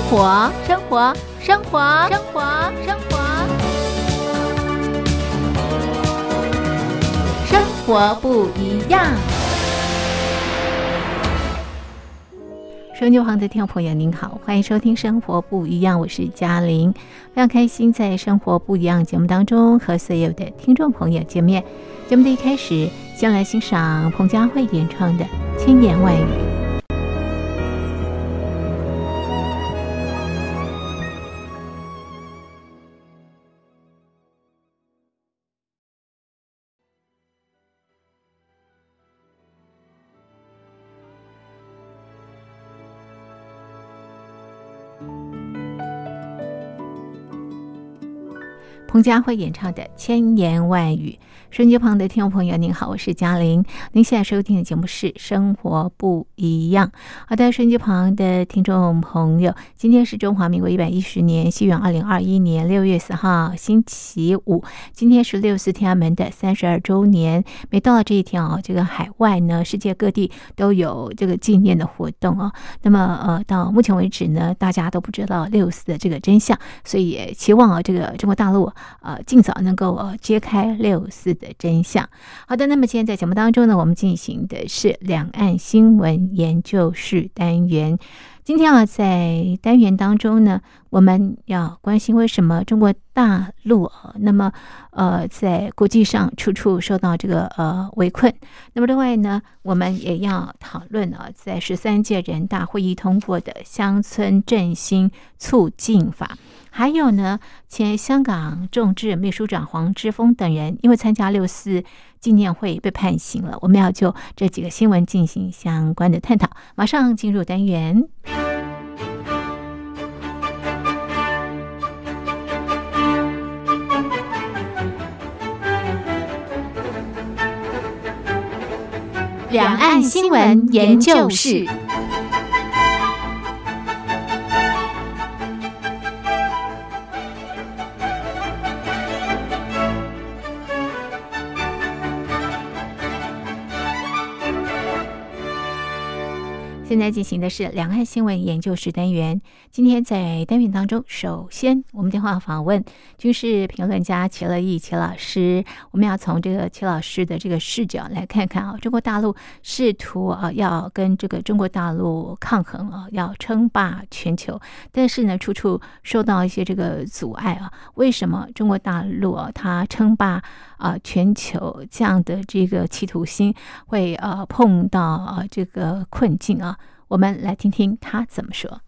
活，生活，生活，生活，生活，生活不一样。收音机旁的听众朋友您好，欢迎收听生活不一样，我是嘉玲，非常开心在生活不一样节目当中和所有的听众朋友见面。节目的一开始先来欣赏彭佳慧演唱的千言万语。彭佳慧演唱的千言万语。收音机旁的听众朋友您好，我是嘉玲，您现在收听的节目是生活不一样。好的，收音机旁的听众朋友，今天是中华民国110年西元2021年6月4号星期五，今天是64天安门的32周年。每到了这一天这个海外呢，世界各地都有这个纪念的活动那么到目前为止呢，大家都不知道6·4的这个真相，所以也期望这个中国大陆尽早能够揭开6·4的真相。好的，那么今天在节目当中呢，我们进行的是两岸新闻研究室单元。今天在单元当中呢，我们要关心为什么中国大陆那么在国际上处处受到这个围困。那么另外呢，我们也要讨论在13届人大会议通过的乡村振兴促进法。还有呢，前香港众志秘书长黄之锋等人因为参加6·4纪念会被判刑了。我们要就这几个新闻进行相关的探讨。马上进入单元。两岸新闻研究室。现在进行的是两岸新闻研究室单元。今天在单元当中，首先我们电话访问军事评论家齐乐毅齐老师。我们要从这个齐老师的这个视角来看看中国大陆试图要跟这个中国大陆抗衡要称霸全球，但是呢处处受到一些这个阻碍为什么中国大陆它称霸全球这样的这个企图心会碰到这个困境我们来听听他怎么说。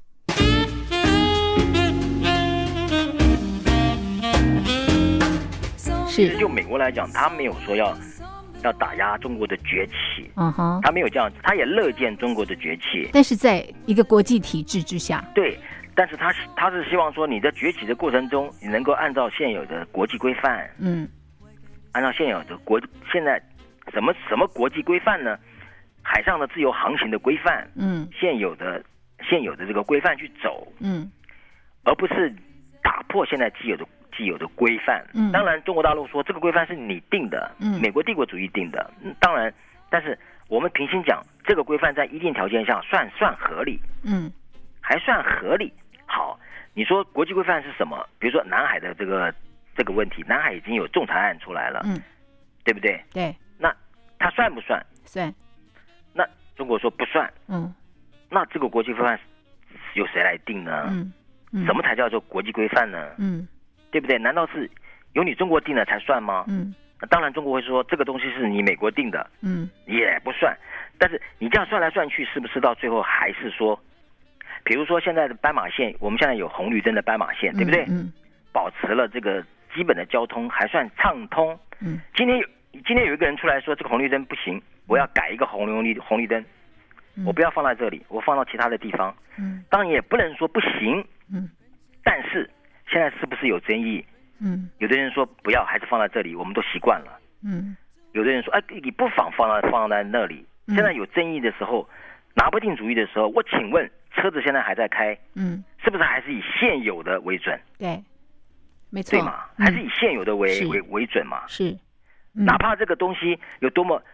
其实就美国来讲，他没有说要打压中国的崛起，他没有这样子，他也乐见中国的崛起， 但是在一个国际体制之下， 对，但是他是希望说你在崛起的过程中，你能够按照现有的国际规范，按照现有的现在什么国际规范呢？海上的自由航行的规范，现有的这个规范去走，而不是打破现在既有的规范。当然中国大陆说这个规范是你定的，美国帝国主义定的，当然，但是我们平心讲，这个规范在一定条件下算合理，还算合理。好，你说国际规范是什么？比如说南海的这个问题，南海已经有仲裁案出来了，对不对？ 对， 那它算不算？ 算。 那中国说不算，那这个国际规范由谁来定呢？什么才叫做国际规范呢？对不对？难道是由你中国定的才算吗？当然中国会说这个东西是你美国定的，也不算。但是你这样算来算去，是不是到最后还是说，比如说现在的斑马线，我们现在有红绿灯的斑马线，对不对？保持了这个基本的交通还算畅通。今天有一个人出来说这个红绿灯不行，我要改一个红绿灯，我不要放在这里，我放到其他的地方。当然也不能说不行，但是现在是不是有争议？有的人说不要，还是放在这里，我们都习惯了。有的人说你不妨放在那里。现在有争议的时候，拿不定主意的时候，我请问车子现在还在开，是不是还是以现有的为准？ 对，没错， 对嘛？还是以现有的为准嘛？ 是。 哪怕这个东西有多么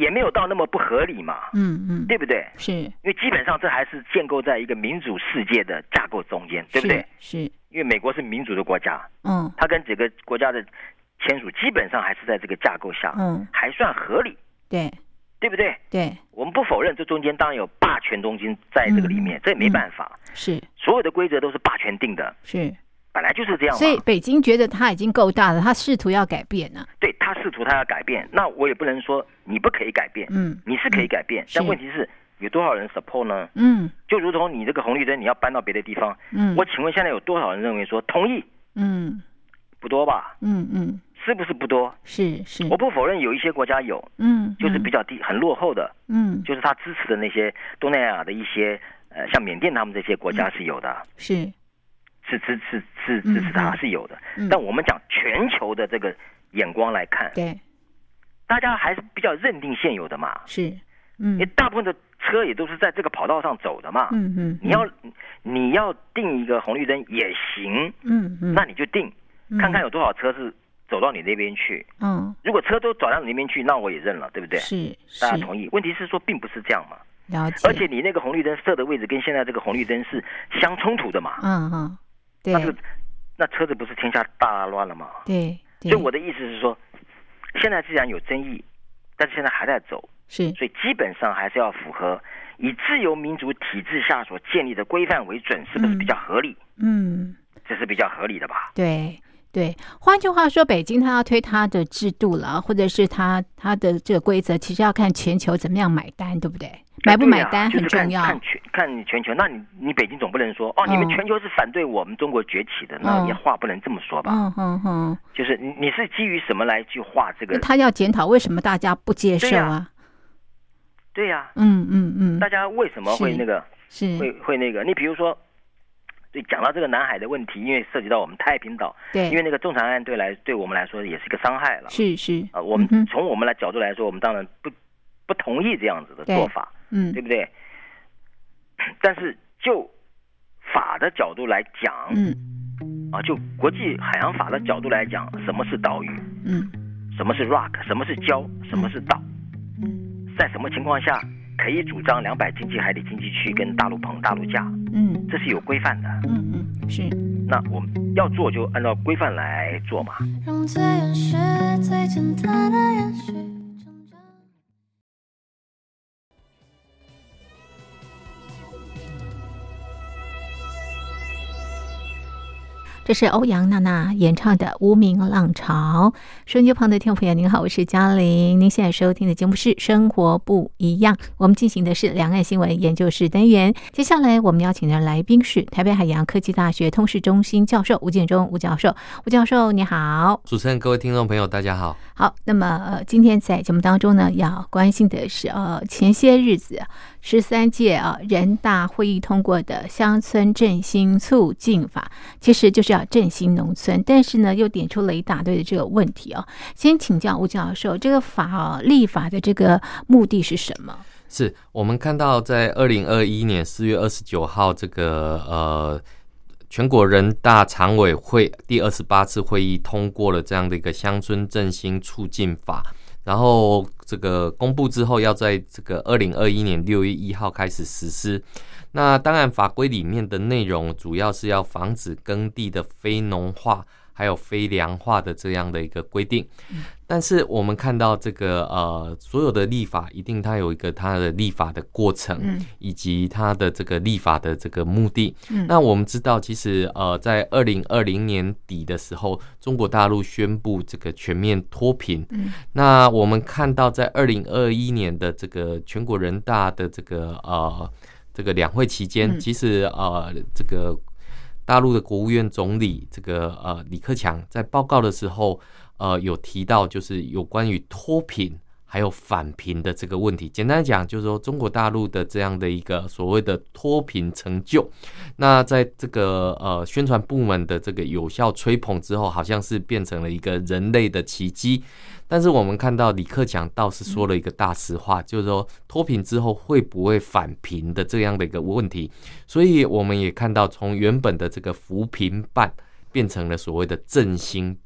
也没有到那么不合理嘛，对不对？ 是，因为基本上这还是建构在一个民主世界的架构中间，对不对？ 是， 因为美国是民主的国家，它跟整个国家的签署基本上还是在这个架构下，还算合理，对不对？ 对， 我们不否认这中间当然有霸权中间在这个里面，这也没办法， 是， 所有的规则都是霸权定的， 是。 本来就是这样嘛， 所以北京觉得他已经够大了，他试图要改变呢。 对，他试图他要改变，那我也不能说你不可以改变，你是可以改变，但问题是有多少人 support 呢？就如同你这个红绿灯你要搬到别的地方，我请问现在有多少人认为说同意？不多吧？是不是不多？ 是， 我不否认有一些国家有，就是比较低、很落后的，就是他支持的那些东南亚的一些，像缅甸他们这些国家是有的，是支持他是有的，但我们讲全球的这个眼光来看， 对， 大家还是比较认定现有的嘛， 是， 因为大部分的车也都是在这个跑道上走的嘛，你要定一个红绿灯也行，那你就定，看看有多少车是走到你那边去，如果车都走到你那边去，那我也认了，对不对？ 是， 大家同意。问题是说并不是这样嘛， 了解。 而且你那个红绿灯设的位置跟现在这个红绿灯是相冲突的嘛， 对， 那车子不是天下大乱了吗？ 对， 所以我的意思是说，现在既然有争议，但是现在还在走，所以基本上还是要符合以自由民主体制下所建立的规范为准，是不是比较合理？这是比较合理的吧？ 对，换句话说，北京它要推它的制度了，或者是它的这个规则，其实要看全球怎么样买单，对不对？买不买单很重要。 看全球，那你北京总不能说你们全球是反对我们中国崛起的，那你话不能这么说吧？就是你是基于什么来去画这个？ 他要检讨为什么大家不接受啊？ 对呀，大家为什么会那个？会那个？你比如说。对，讲到这个南海的问题，因为涉及到我们太平岛， 对， 因为那个中长岸对我们来说也是一个伤害了， 是我们从我们的角度来说，我们当然不同意这样子的做法，对不对？但是就法的角度来讲，就国际海洋法的角度来讲，什么是岛屿？什么是 rock？ 什么是礁？什么是岛？在什么情况下可以主张200经济海里经济区跟大陆棚、大陆架？这是有规范的。 是。 那我们要做就按照规范来做嘛。让最原始、最简单的延续。 这是欧阳娜娜演唱的《无名浪潮》。收音机旁的听众朋友您好，我是嘉玲，您现在收听的节目是生活不一样，我们进行的是两岸新闻研究室单元。接下来我们邀请的来宾是台北海洋科技大学通识中心教授吴建中吴教授。吴教授你好。 主持人各位听众朋友大家好。 好，那么今天在节目当中呢，要关心的是前些日子13届人大会议通过的乡村振兴促进法，其实就是要振兴农村，但是呢又点出了一大堆的这个问题先请教吴教授，这个法立法的这个目的是什么？ 是我们看到在2021年4月29号这个全国人大常委会第28次会议通过了这样的一个乡村振兴促进法，然后这个公布之后要在这个2021年6月1号开始实施。那当然法规里面的内容主要是要防止耕地的非农化还有非良化的这样的一个规定，但是我们看到这个所有的立法一定它有一个它的立法的过程，以及它的这个立法的这个目的。那我们知道其实在2020年底的时候，中国大陆宣布这个全面脱贫，那我们看到在2021年的这个全国人大的这个两会期间，其实这个大陆的国务院总理这个李克强在报告的时候有提到，就是有关于脱贫还有返贫的这个问题。简单讲就是说中国大陆的这样的一个所谓的脱贫成就，那在这个宣传部门的这个有效吹捧之后，好像是变成了一个人类的奇迹。但是我们看到李克强倒是说了一个大实话，就是说脱贫之后会不会返贫的这样的一个问题。所以我们也看到从原本的这个扶贫办变成了所谓的振兴办，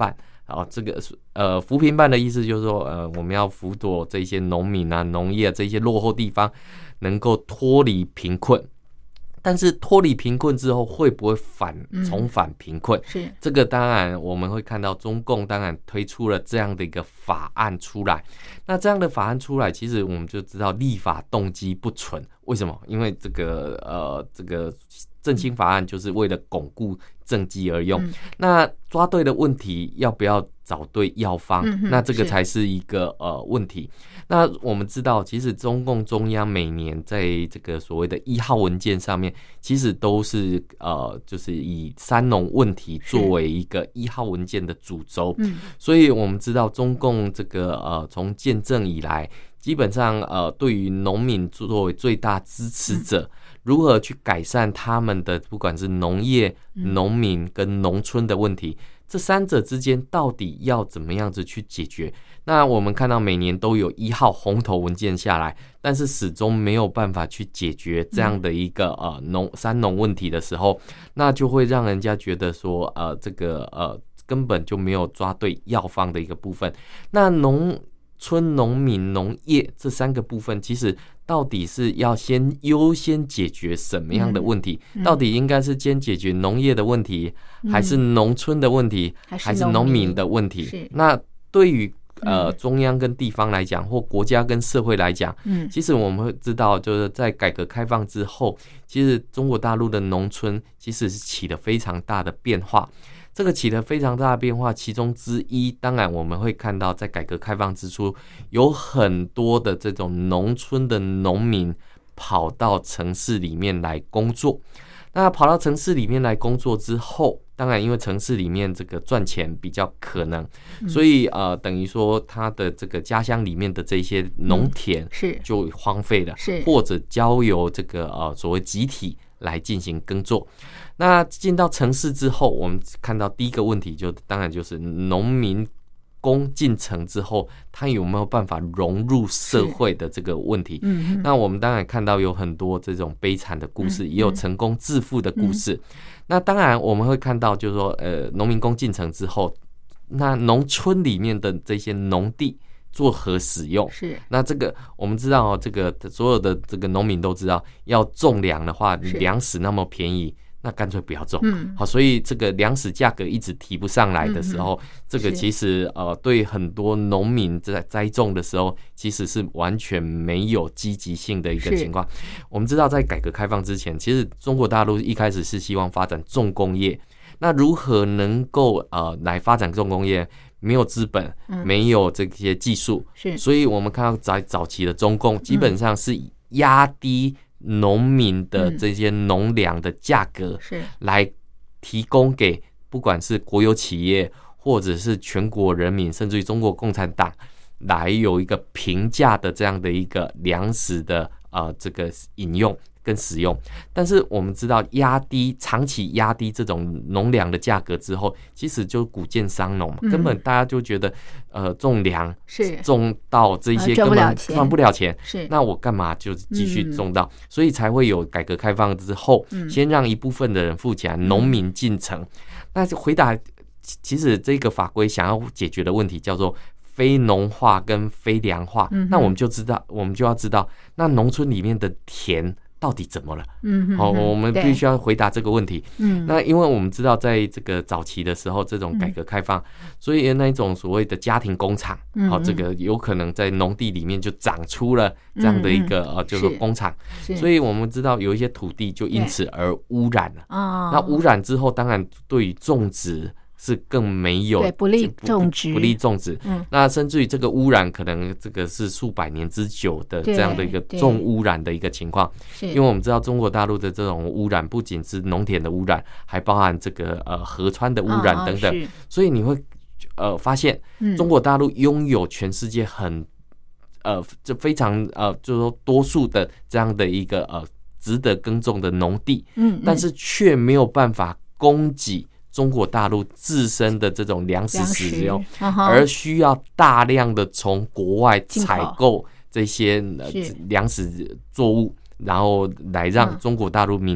这个扶贫办的意思就是说，我们要辅佐这些农民啊、农业这些落后地方能够脱离贫困。但是脱离贫困之后会不会重返贫困？ 是这个当然我们会看到中共当然推出了这样的一个法案出来。那这样的法案出来，其实我们就知道立法动机不纯。为什么？因为这个振兴法案就是为了巩固政绩而用。那抓对的问题，要不要找对药方？那这个才是一个问题。那我们知道，其实中共中央每年在这个所谓的1号文件上面，其实都是就是以三农问题作为一个1号文件的主轴。所以我们知道中共这个从建政以来，基本上对于农民作为最大支持者，如何去改善他们的不管是农业、农民跟农村的问题，这三者之间到底要怎么样子去解决？那我们看到每年都有1号红头文件下来，但是始终没有办法去解决这样的一个三农问题的时候，那就会让人家觉得说这个根本就没有抓对药方的一个部分。那农村、农民、农业这三个部分，其实到底是要先优先解决什么样的问题？到底应该是先解决农业的问题，还是农村的问题，还是农民的问题？那对于中央跟地方来讲，或国家跟社会来讲，其实我们会知道，就是在改革开放之后，其实中国大陆的农村其实是起了非常大的变化。这个起了非常大的变化，其中之一，当然我们会看到，在改革开放之初，有很多的这种农村的农民跑到城市里面来工作。那跑到城市里面来工作之后，当然因为城市里面这个赚钱比较可能，所以等于说他的这个家乡里面的这些农田就荒废了，或者交由这个所谓集体来进行耕作。那进到城市之后，我们看到第一个问题当然就是农民工进城之后，他有没有办法融入社会的这个问题。那我们当然看到有很多这种悲惨的故事，也有成功致富的故事。那当然我们会看到就是说农民工进城之后，那农村里面的这些农地作何使用？那这个我们知道这个所有的这个农民都知道，要种粮的话，粮食那么便宜，那干脆不要种。好，所以这个粮食价格一直提不上来的时候，这个其实对很多农民在栽种的时候，其实是完全没有积极性的一个情况。我们知道在改革开放之前，其实中国大陆一开始是希望发展重工业。那如何能够来发展重工业？没有资本，没有这些技术，所以我们看到在早期的中共基本上是压低农民的这些农粮的价格，来提供给不管是国有企业或者是全国人民，甚至于中国共产党，来有一个平价的这样的一个粮食的这个饮用跟使用。但是我们知道长期压低这种农粮的价格之后，其实就谷贱伤农嘛，根本大家就觉得种粮种到这些根本赚不了钱，那我干嘛就继续种到？所以才会有改革开放之后，先让一部分的人富起来，农民进城。那回答其实这个法规想要解决的问题叫做非农化跟非粮化。那我们就要知道，那农村里面的田到底怎么了？我们必须要回答这个问题。那因为我们知道，在这个早期的时候，这种改革开放，所以那一种所谓的家庭工厂，这个有可能在农地里面就长出了这样的一个就是工厂，所以我们知道有一些土地就因此而污染了。那污染之后，当然对于种植是更没有不利种植， 那甚至于这个污染可能这个是数百年之久的这样的一个重污染的一个情况。因为我们知道中国大陆的这种污染不仅是农田的污染，还包含这个河川的污染等等。所以你会发现中国大陆拥有全世界这非常就是说多数的这样的一个值得耕种的农地，但是却没有办法供给中国大陆自身的这种粮食使用，而需要大量的从国外采购这些粮食作物，然后来让中国大陆民众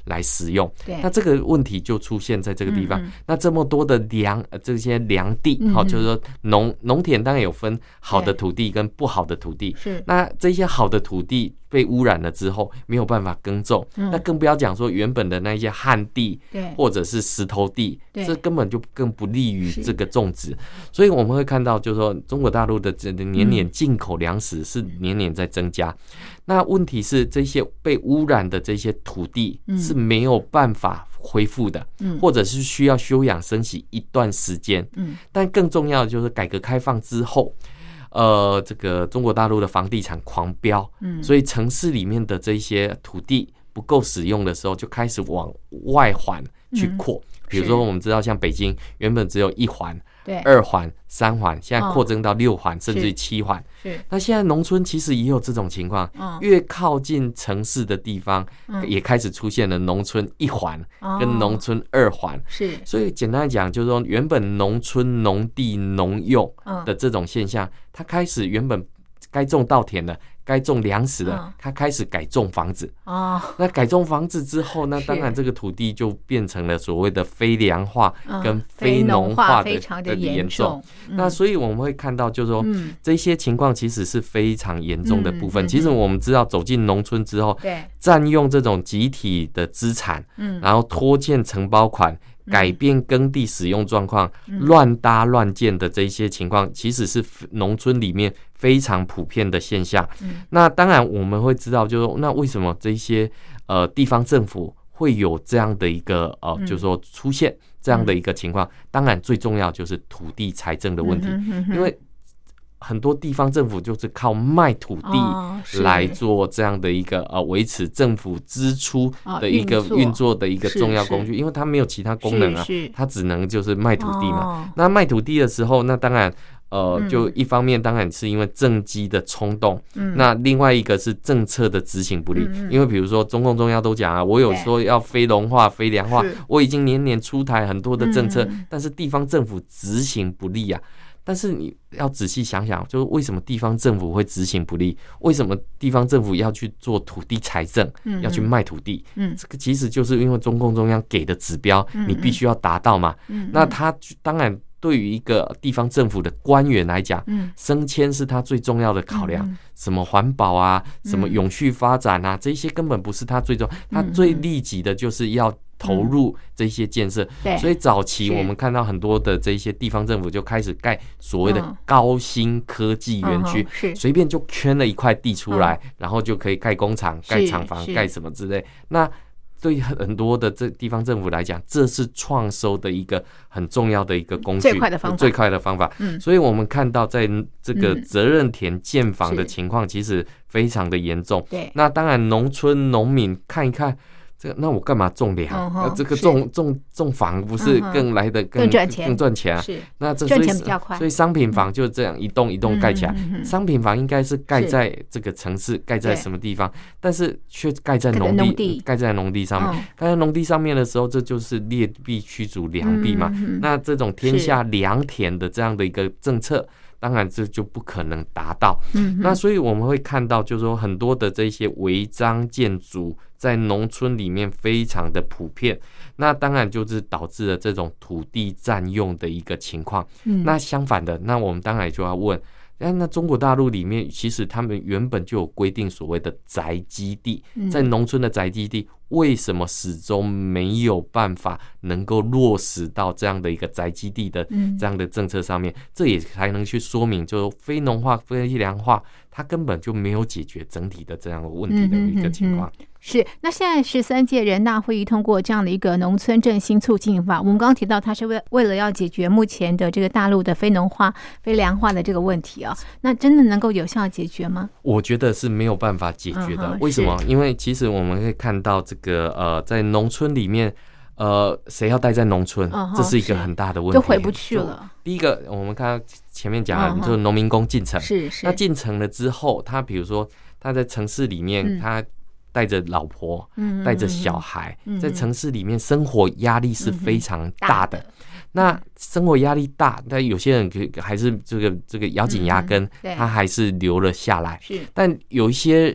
来使用。 对， 那这个问题就出现在这个地方。那这么多的这些良地，就是说农田当然有分好的土地跟不好的土地。 是， 那这些好的土地被污染了之后，没有办法耕种，那更不要讲说原本的那些旱地，或者是石头地，这根本就更不利于这个种植。所以我们会看到，就是说中国大陆的年年进口粮食是年年在增加。那问题是这些被污染的这些土地是没有办法恢复的，或者是需要休养生息一段时间。但更重要的就是改革开放之后，这个中国大陆的房地产狂飙，所以城市里面的这些土地不够使用的时候，就开始往外环去扩。比如说我们知道像北京原本只有1环、2环、3环，现在扩增到6环，甚至于7环。那现在农村其实也有这种情况，越靠近城市的地方，也开始出现了农村1环跟农村2环。所以简单来讲，就是说原本农村农地农用的这种现象，它开始原本该种稻田的，该种粮食的，它开始改种房子。那改种房子之后，那当然这个土地就变成了所谓的非粮化跟非农化的严重。那所以我们会看到，就是说这些情况其实是非常严重的部分。其实我们知道，走进农村之后，占用这种集体的资产，然后拖欠承包款，改变耕地使用状况，乱搭乱建的这些情况，其实是农村里面非常普遍的现象。那当然我们会知道，就是说那为什么这些地方政府会有这样的一个就是说出现这样的一个情况？当然最重要就是土地财政的问题，因为很多地方政府就是靠卖土地来做这样的一个维持政府支出的一个运作的一个重要工具，因为它没有其他功能啊，它只能就是卖土地嘛。那卖土地的时候，那当然就一方面当然是因为政绩的冲动，那另外一个是政策的执行不力。因为比如说中共中央都讲啊，我有说要非农化、非粮化，我已经年年出台很多的政策，但是地方政府执行不力啊。但是你要仔细想想，就是为什么地方政府会执行不力？为什么地方政府要去做土地财政，要去卖土地？这个其实就是因为中共中央给的指标，你必须要达到嘛。那他当然对于一个地方政府的官员来讲，升迁是他最重要的考量。什么环保啊，什么永续发展啊，这些根本不是他最重要，他最利己的就是要投入这些建设。所以早期我们看到很多的这些地方政府就开始盖所谓的高新科技园区，随便就圈了一块地出来，然后就可以盖工厂、盖厂房、盖什么之类。那对很多的这地方政府来讲，这是创收的一个很重要的一个工具，最快的方法。所以我们看到在这个责任田建房的情况，其实非常的严重。那当然农村农民看一看，那我干嘛种粮？这个种房不是更来的更赚钱啊？那这赚钱比较快， 所以商品房就这样一栋一栋盖起来。商品房应该是盖在这个城市，盖在什么地方？但是却盖在农地，盖在农地上面。盖在农地上面的时候，这就是劣币驱逐良币嘛。那这种天下良田的这样的一个政策，当然这就不可能达到。那所以我们会看到，就是说很多的这些违章建筑在农村里面非常的普遍，那当然就是导致了这种土地占用的一个情况。那相反的，那我们当然就要问，那中国大陆里面其实他们原本就有规定所谓的宅基地，在农村的宅基地为什么始终没有办法能够落实到这样的一个宅基地的这样的政策上面？这也才能去说明，就是非农化、非粮化，它根本就没有解决整体的这样的问题的一个情况。 是，那现在13届人大会议通过这样的一个农村振兴促进法，我们刚刚提到它是为了要解决目前的这个大陆的非农化、非粮化的这个问题啊，那真的能够有效解决吗？ 我觉得是没有办法解决的。为什么？因为其实我们会看到这个在农村里面，谁要待在农村，这是一个很大的问题， 就回不去了。 第一个，我们看到前面讲了，就是农民工进城，那进城了之后，他比如说他在城市里面，他带着老婆，带着小孩，在城市里面生活压力是非常大的。那生活压力大，但有些人还是这个咬紧牙根，他还是留了下来。但有一些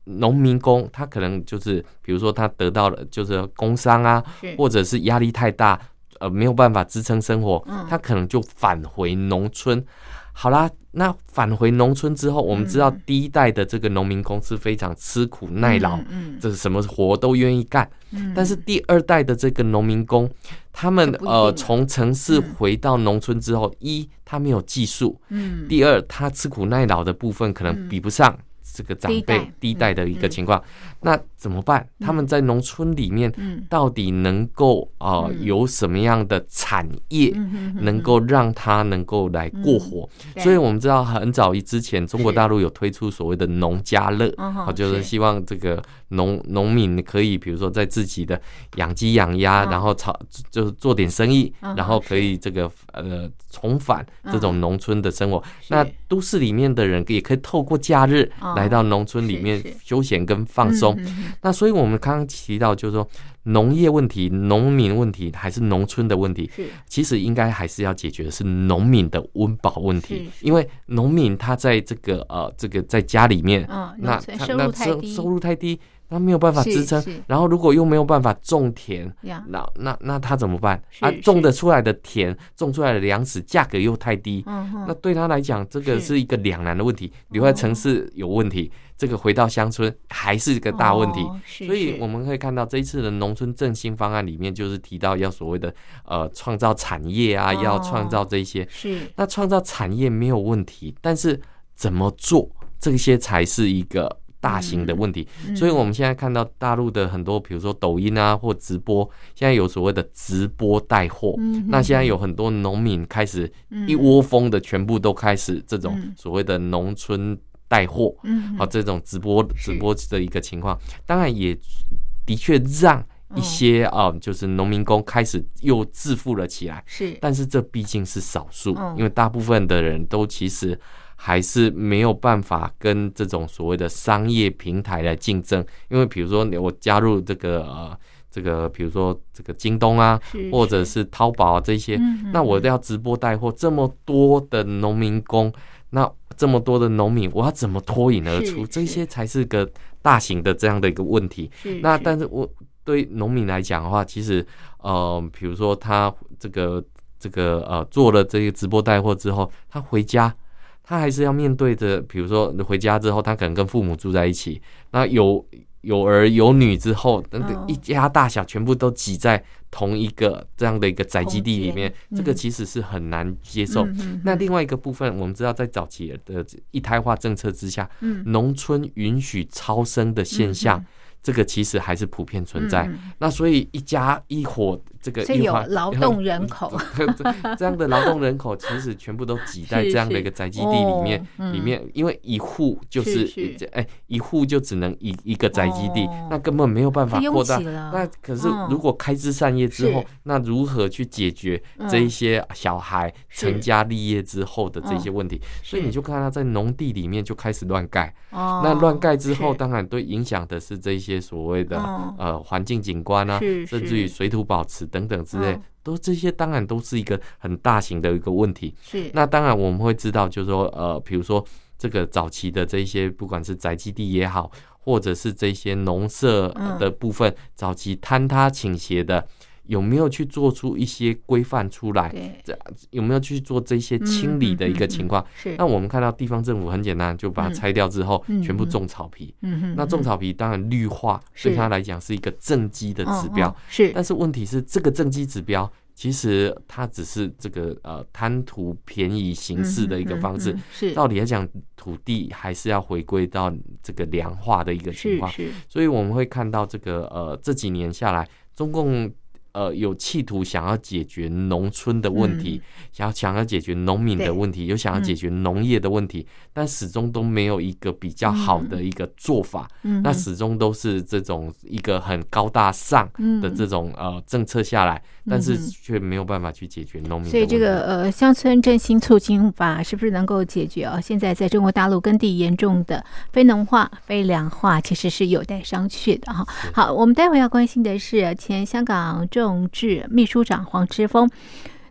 农民工他可能就是比如说他得到了就是工伤啊，或者是压力太大，没有办法支撑生活，他可能就返回农村。好啦，那返回农村之后，我们知道第一代的这个农民工是非常吃苦耐劳，这是什么活都愿意干。但是第二代的这个农民工，他们从城市回到农村之后，一他没有技术，第二他吃苦耐劳的部分可能比不上这个长辈第一代的一个情况，那怎么办？他们在农村里面到底能够有什么样的产业能够让他能够来过活？所以我们知道很早之前中国大陆有推出所谓的农家乐，就是希望这个农民可以比如说在自己的养鸡养鸭，然后就是做点生意，然后可以这个重返这种农村的生活。那都市里面的人也可以透过假日来到农村里面休闲跟放松。那所以我们刚刚提到就是说农业问题、农民问题还是农村的问题，其实应该还是要解决的是农民的温饱问题。因为农民他在这个在家里面，那收入太低，他没有办法支撑，然后如果又没有办法种田，那他怎么办？种得出来的田、种出来的粮食价格又太低，那对他来讲，这个是一个两难的问题。留在城市有问题，这个回到乡村还是一个大问题。所以我们可以看到这一次的农村振兴方案里面，就是提到要所谓的创造产业啊，要创造这些。那创造产业没有问题，但是怎么做，这些才是一个大型的问题。所以我们现在看到大陆的很多比如说抖音啊或直播，现在有所谓的直播带货，那现在有很多农民开始一窝蜂的全部都开始这种所谓的农村带货，这种直播的一个情况，当然也的确让一些就是农民工开始又致富了起来，但是这毕竟是少数，因为大部分的人都其实还是没有办法跟这种所谓的商业平台来竞争。因为比如说我加入这个比如说这个京东啊，或者是淘宝啊这些，那我要直播带货，这么多的农民工，那这么多的农民，我要怎么脱颖而出？这些才是个大型的这样的一个问题。那但是我对农民来讲的话，其实比如说他这个做了这个直播带货之后，他回家他还是要面对着，比如说回家之后他可能跟父母住在一起，那有儿有女之后，一家大小全部都挤在同一个这样的一个宅基地里面，这个其实是很难接受。那另外一个部分，我们知道在早期的一胎化政策之下，农村允许超生的现象，这个其实还是普遍存在。那所以一家一伙这个， 所以有劳动人口这样的劳动人口其实全部都挤在这样的一个宅基地里面，因为一户就是一户就只能一个宅基地，那根本没有办法扩大。那可是如果开枝散叶之后，那如何去解决这一些小孩成家立业之后的这些问题？所以你就看他在农地里面就开始乱盖，那乱盖之后，当然对影响的是这些所谓的环境景观啊，甚至于水土保持等等之类，都这些当然都是一个很大型的一个问题。那当然我们会知道，就是说比如说这个早期的这些不管是宅基地也好，或者是这些农舍的部分，早期坍塌倾斜的，有没有去做出一些规范出来？有没有去做这些清理的一个情况？那我们看到地方政府很简单，就把它拆掉之后，全部种草皮。那种草皮当然绿化对他来讲是一个政绩的指标，但是问题是这个政绩指标，其实它只是这个贪图便宜行事的一个方式。到底来讲，土地还是要回归到这个良化的一个情况。所以我们会看到这个这几年下来，中共有企图想要解决农村的问题，想要解决农民的问题，有想要解决农业的问题，但始终都没有一个比较好的一个做法。那始终都是这种一个很高大上的这种政策下来，但是却没有办法去解决农民的问题。 所以这个乡村振兴促进法是不是能够解决现在在中国大陆耕地严重的非农化、非粮化，其实是有待商榷的哈。好，我们待会要关心的是前香港众志秘书长黄之锋。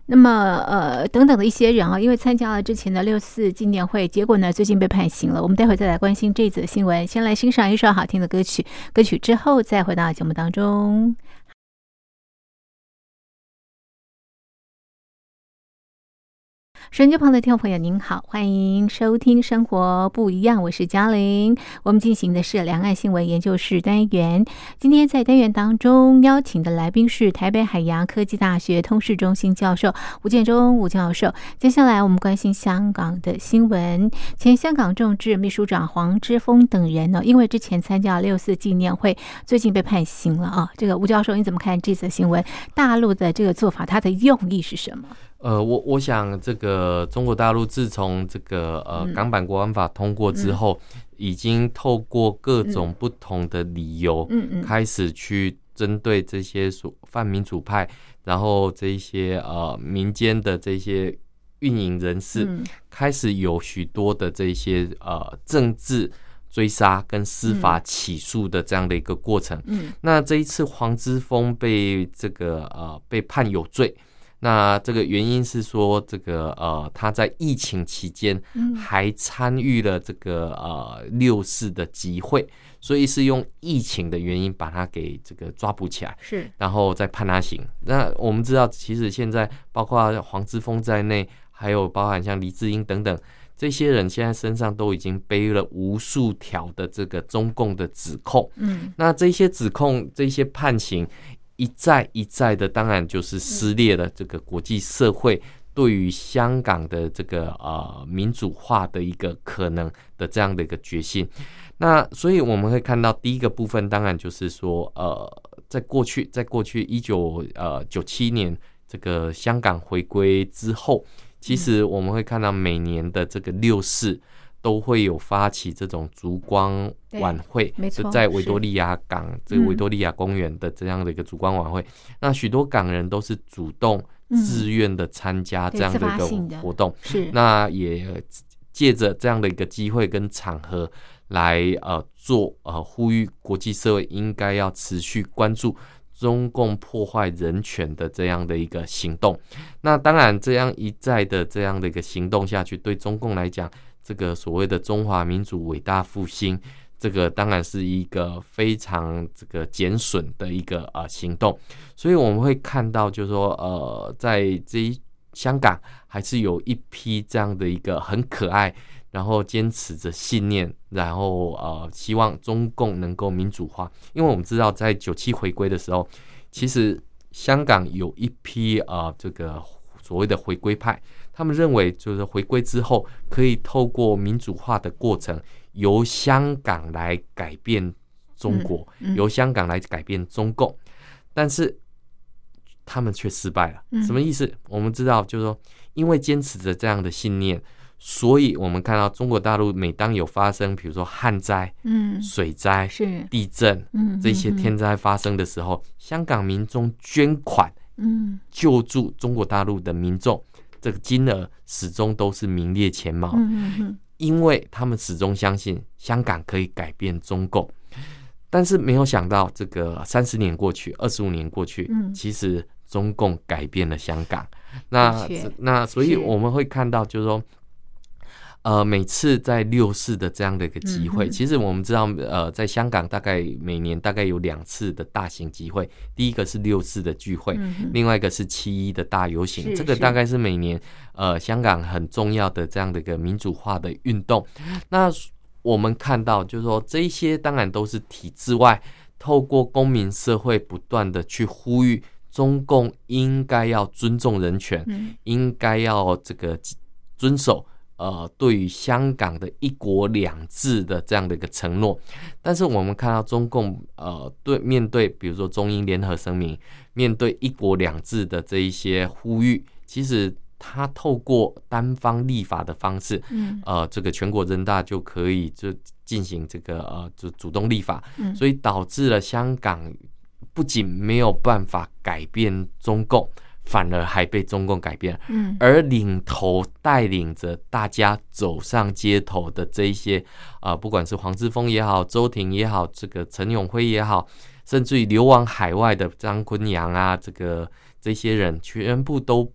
那么等等的一些人啊，因为参加了之前的6·4纪念会，结果呢最近被判刑了。我们待会再来关心这则新闻，先来欣赏一首好听的歌曲，歌曲之后再回到节目当中。手机旁的听众朋友您好，欢迎收听生活不一样，我是嘉玲。我们进行的是两岸新闻研究室单元，今天在单元当中邀请的来宾是台北海洋科技大学通识中心教授吴建中吴教授。接下来我们关心香港的新闻，前香港众志秘书长黄之锋等人呢，因为之前参加6·4纪念会，最近被判刑了啊。这个吴教授你怎么看这则新闻？大陆的这个做法，它的用意是什么？ 我想这个中国大陆自从这个港版国安法通过之后，已经透过各种不同的理由，开始去针对这些泛民主派，然后这些民间的这些运营人士，开始有许多的这些政治追杀跟司法起诉的这样的一个过程。那这一次黄之锋被被判有罪。那这个原因是说，这个他在疫情期间还参与了这个6·4的集会，所以是用疫情的原因把他给这个抓捕起来， 是， 然后再判他刑。那我们知道，其实现在包括黄之锋在内，还有包含像黎智英等等这些人，现在身上都已经背了无数条的这个中共的指控。那这些指控，这些判刑，一再一再的，当然就是撕裂了这个国际社会对于香港的这个民主化的一个可能的这样的一个决心。那所以我们会看到第一个部分，当然就是说，在过去1997年这个香港回归之后，其实我们会看到每年的这个6·4都会有发起这种烛光晚会，就在维多利亚港这个维多利亚公园的这样的一个烛光晚会。那许多港人都是主动自愿的参加这样的一个活动， 是， 那也借着这样的一个机会跟场合来做呼吁国际社会应该要持续关注中共破坏人权的这样的一个行动。那当然这样一再的这样的一个行动下去，对中共来讲，这个所谓的中华民族伟大复兴，这个当然是一个非常这个减损的一个行动。所以我们会看到就是说在香港还是有一批这样的一个很可爱，然后坚持着信念，然后希望中共能够民主化。因为我们知道在97回归的时候，其实香港有一批这个所谓的回归派，他们认为就是回归之后可以透过民主化的过程，由香港来改变中国，由香港来改变中共，但是他们却失败了。什么意思？我们知道就是说，因为坚持着这样的信念，所以我们看到中国大陆每当有发生比如说旱灾、水灾、地震这些天灾发生的时候，香港民众捐款救助中国大陆的民众，这个金额始终都是名列前茅。因为他们始终相信香港可以改变中共。但是没有想到这个30年过去，25年过去，其实中共改变了香港。那所以我们会看到就是说每次在6·4的这样的一个集会，其实我们知道在香港大概每年大概有2次的大型集会，第一个是6·4的聚会，另外一个是7·1的大游行，这个大概是每年香港很重要的这样的一个民主化的运动。那我们看到就是说这一些当然都是体制外透过公民社会不断的去呼吁中共应该要尊重人权，应该要这个遵守对于香港的一国两制的这样的一个承诺。但是我们看到中共面对比如说中英联合声明，面对一国两制的这一些呼吁，其实他透过单方立法的方式，这个全国人大就可以就进行这个就主动立法，所以导致了香港不仅没有办法改变中共，反而还被中共改变。而领头带领着大家走上街头的这一些不管是黄之锋也好，周庭也好，这个陈永辉也好，甚至于流亡海外的张坤阳啊，这些人全部都被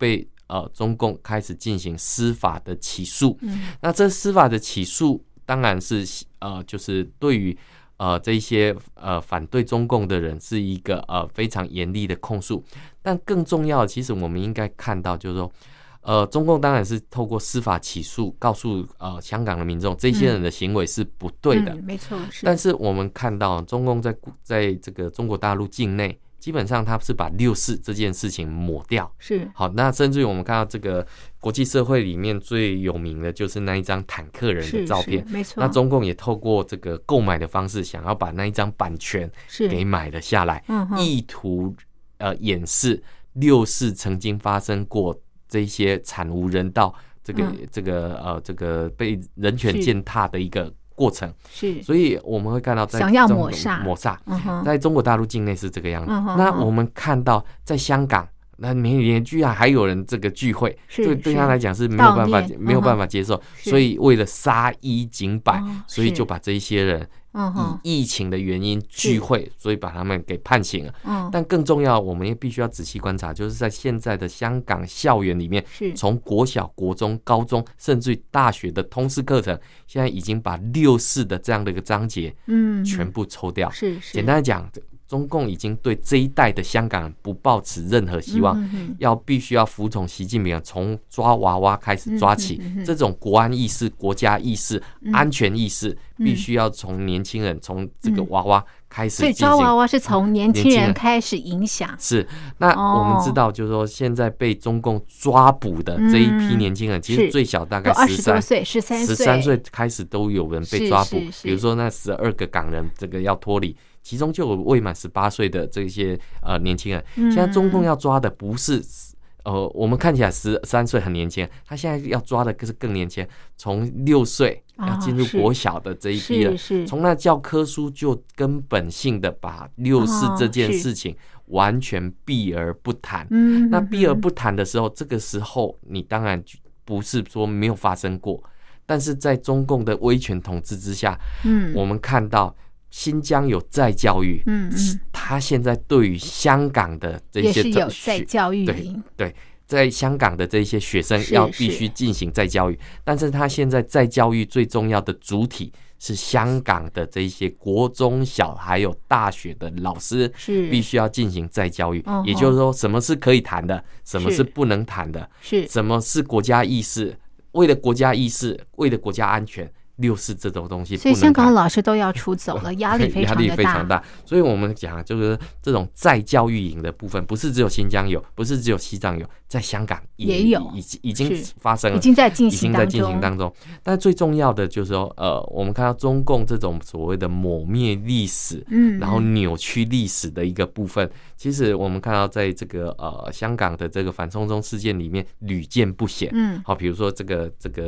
中共开始进行司法的起诉。那这司法的起诉当然是就是对于这一些反对中共的人是一个非常严厉的控诉。但更重要的，其实我们应该看到就是说中共当然是透过司法起诉告诉香港的民众这些人的行为是不对的， 没错。 但是我们看到中共在这个中国大陆境内，基本上他是把6·4这件事情抹掉。 是好，那甚至于我们看到这个国际社会里面最有名的就是那一张坦克人的照片， 没错。 那中共也透过这个购买的方式，想要把那一张版权给买了下来，意图掩饰6·4曾经发生过这些惨无人道这个被人权践踏的一个过程。 是， 所以我们会看到在想要抹煞， 在中国大陆境内是这个样子。那我们看到在香港，那居然还有人这个聚会，对他来讲是没有办法接受，所以为了杀一儆百，所以就把这些人以疫情的原因聚会，所以把他们给判刑了。但更重要，我们也必须要仔细观察，就是在现在的香港校园里面，从国小、国中、高中，甚至于大学的通识课程，现在已经把6·4的这样的一个章节，全部抽掉。简单来讲，中共已经对这一代的香港人不抱持任何希望，必须要服从习近平，从抓娃娃开始抓起，这种国安意识、国家意识、安全意识，必须要从年轻人，从这个娃娃开始进行。 所以抓娃娃是从年轻人开始影响。 是，那我们知道，就是说现在被中共抓捕的这一批年轻人，其实最小大概13岁开始都有人被抓捕。比如说那12个港人，这个要脱离。其中就有未满18岁的这些年轻人。现在中共要抓的不是我们看起来13岁很年轻，他现在要抓的是更年轻，从6岁要进入国小的这一批人，从那教科书就根本性的把6·4这件事情完全避而不谈。那避而不谈的时候，这个时候你当然不是说没有发生过，但是在中共的威权统治之下，我们看到新疆有再教育，他现在对于香港的这些也是有再教育营， 对，在香港的这些学生要必须进行再教育，但是他现在再教育最重要的主体是香港的这些国中小还有大学的老师，必须要进行再教育。也就是说，什么是可以谈的，什么是不能谈的，什么是国家意识，为了国家意识，为了国家安全，6·4这种东西不能谈， 所以香港老师都要出走了，压力非常大。 所以我们讲就是这种再教育营的部分，不是只有新疆有，不是只有西藏有，在香港也有， 已经发生了， 已经在进行当中。但最重要的就是说，我们看到中共这种所谓的抹灭历史，然后扭曲历史的一个部分，其实我们看到在这个香港的这个反送中事件里面屡见不鲜。好，比如说这个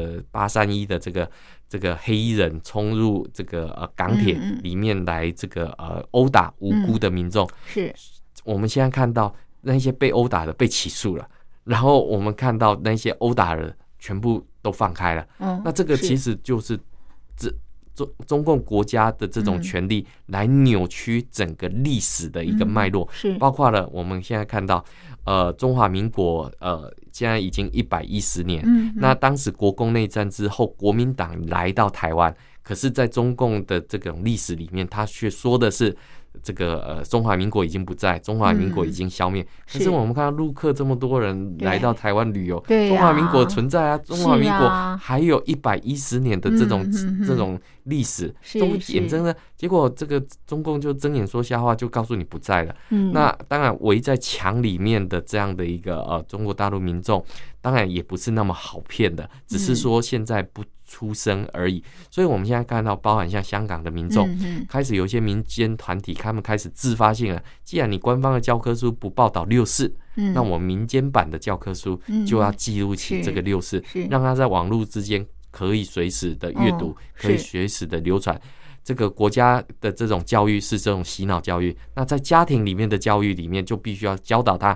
831的这个黑衣人冲入这个港铁里面来这个殴打无辜的民众，我们现在看到那些被殴打的被起诉了，然后我们看到那些殴打人全部都放开了。那这个其实就是中共国家的这种权力来扭曲整个历史的一个脉络，包括了我们现在看到中华民国现在已经110年，那当时国共内战之后，国民党来到台湾，可是在中共的这种历史里面，他却说的是这个中华民国已经不在，中华民国已经消灭。可是我们看到陆客这么多人来到台湾旅游，中华民国存在啊，中华民国还有110年的这种历史都眼睁着，结果这个中共就睁眼说瞎话，就告诉你不在了。那当然围在墙里面的这样的一个中国大陆民众，当然也不是那么好骗的，只是说现在不出声而已。所以我们现在看到包含像香港的民众开始有一些民间团体，他们开始自发性了，既然你官方的教科书不报道6·4，那我民间版的教科书就要记录起这个6·4，让它在网络之间可以随时的阅读，可以随时的流传。这个国家的这种教育是这种洗脑教育，那在家庭里面的教育里面就必须要教导他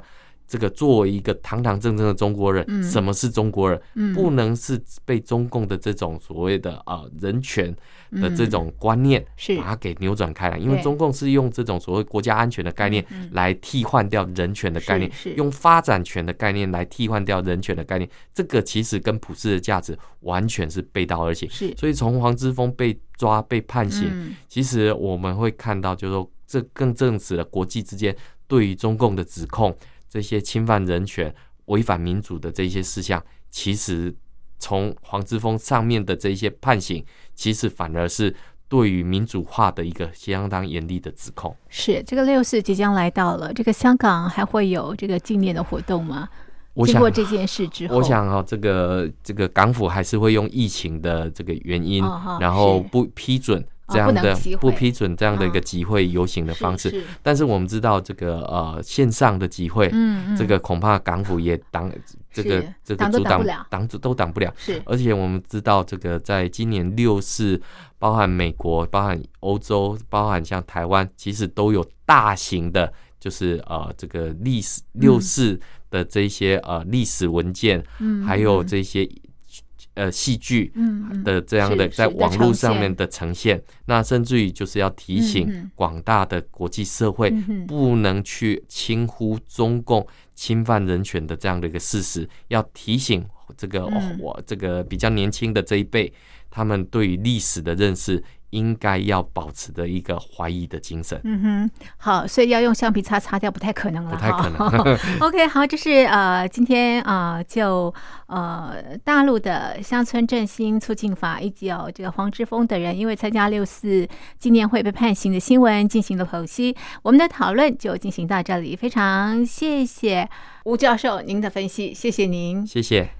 这个作为一个堂堂正正的中国人，什么是中国人？不能是被中共的这种所谓的人权的这种观念把它给扭转开来，因为中共是用这种所谓国家安全的概念来替换掉人权的概念，用发展权的概念来替换掉人权的概念，这个其实跟普世的价值完全是背道而行。所以从黄之锋被抓被判刑，其实我们会看到就是说这更证实了国际之间对于中共的指控，这些侵犯人权违反民主的这些事项，其实从黄之锋上面的这些判刑，其实反而是对于民主化的一个相当严厉的指控。 是，这个6·4即将来到了，这个香港还会有这个纪念的活动吗？经过这件事之后， 我想这个港府还是会用疫情的这个原因，然后不批准这样的不批准这样的一个集会游行的方式，但是我们知道这个线上的集会，这个恐怕港府也挡这个阻挡都挡不了。而且我们知道这个在今年6·4，包含美国、包含欧洲、包含像台湾，其实都有大型的，就是这个历史6·4的这些历史文件，还有这些戏剧的这样的在网络上面的呈现，那甚至于就是要提醒广大的国际社会不能去轻忽中共侵犯人权的这样的一个事实，要提醒这个我这个比较年轻的这一辈，他们对于历史的认识应该要保持的一个怀疑的精神。 好，所以要用橡皮擦擦掉不太可能了， 不太可能。 OK， 好，这是今天就大陆的乡村振兴促进法以及这个黄之锋的人因为参加6·4纪念会被判刑的新闻进行了剖析，我们的讨论就进行到这里，非常谢谢吴教授您的分析，谢谢您， 谢谢。